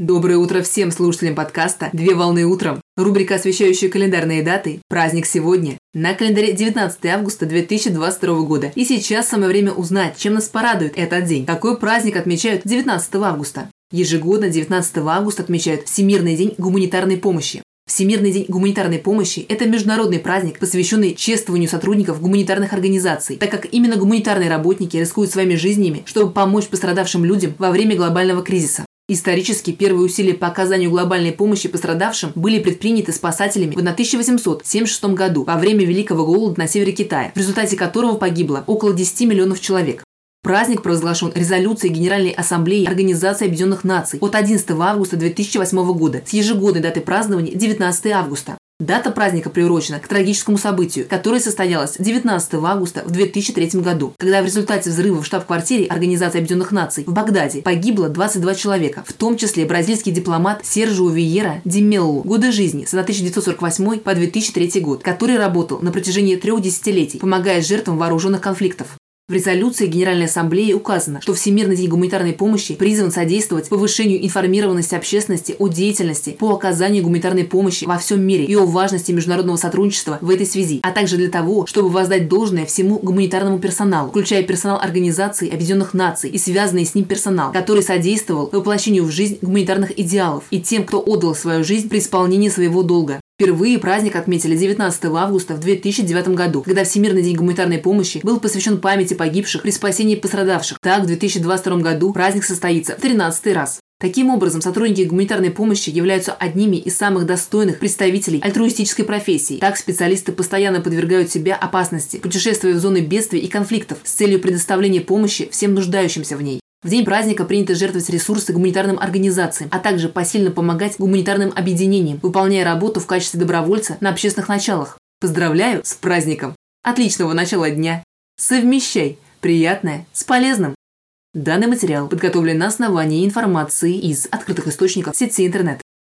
Доброе утро всем слушателям подкаста «Две волны утром». Рубрика, освещающая календарные даты. Праздник сегодня. На календаре 19 августа 2022 года. И сейчас самое время узнать, чем нас порадует этот день. Какой праздник отмечают 19 августа? Ежегодно 19 августа отмечают Всемирный день гуманитарной помощи. Всемирный день гуманитарной помощи – это международный праздник, посвященный чествованию сотрудников гуманитарных организаций, так как именно гуманитарные работники рискуют своими жизнями, чтобы помочь пострадавшим людям во время глобального кризиса. Исторически первые усилия по оказанию глобальной помощи пострадавшим были предприняты спасателями в 1876 году во время Великого голода на севере Китая, в результате которого погибло около 10 миллионов человек. Праздник провозглашен резолюцией Генеральной Ассамблеи Организации Объединенных Наций от 11 августа 2008 года с ежегодной датой празднования 19 августа. Дата праздника приурочена к трагическому событию, которое состоялось 19 августа в 2003 году, когда в результате взрыва в штаб-квартире Организации Объединенных Наций в Багдаде погибло 22 человека, в том числе бразильский дипломат Сержио Виейра де Мелло, годы жизни с 1948 по 2003 год, который работал на протяжении 3 десятилетий, помогая жертвам вооруженных конфликтов. В резолюции Генеральной Ассамблеи указано, что Всемирный день гуманитарной помощи призван содействовать повышению информированности общественности о деятельности по оказанию гуманитарной помощи во всем мире и о важности международного сотрудничества в этой связи, а также для того, чтобы воздать должное всему гуманитарному персоналу, включая персонал Организации Объединенных Наций и связанный с ним персонал, который содействовал воплощению в жизнь гуманитарных идеалов, и тем, кто отдал свою жизнь при исполнении своего долга. Впервые праздник отметили 19 августа в 2009 году, когда Всемирный день гуманитарной помощи был посвящен памяти погибших при спасении пострадавших. Так, в 2022 году праздник состоится в 13-й раз. Таким образом, сотрудники гуманитарной помощи являются одними из самых достойных представителей альтруистической профессии. Так, специалисты постоянно подвергают себя опасности, путешествуя в зоны бедствий и конфликтов с целью предоставления помощи всем нуждающимся в ней. В день праздника принято жертвовать ресурсы гуманитарным организациям, а также посильно помогать гуманитарным объединениям, выполняя работу в качестве добровольца на общественных началах. Поздравляю с праздником! Отличного начала дня! Совмещай приятное с полезным! Данный материал подготовлен на основании информации из открытых источников сети интернет.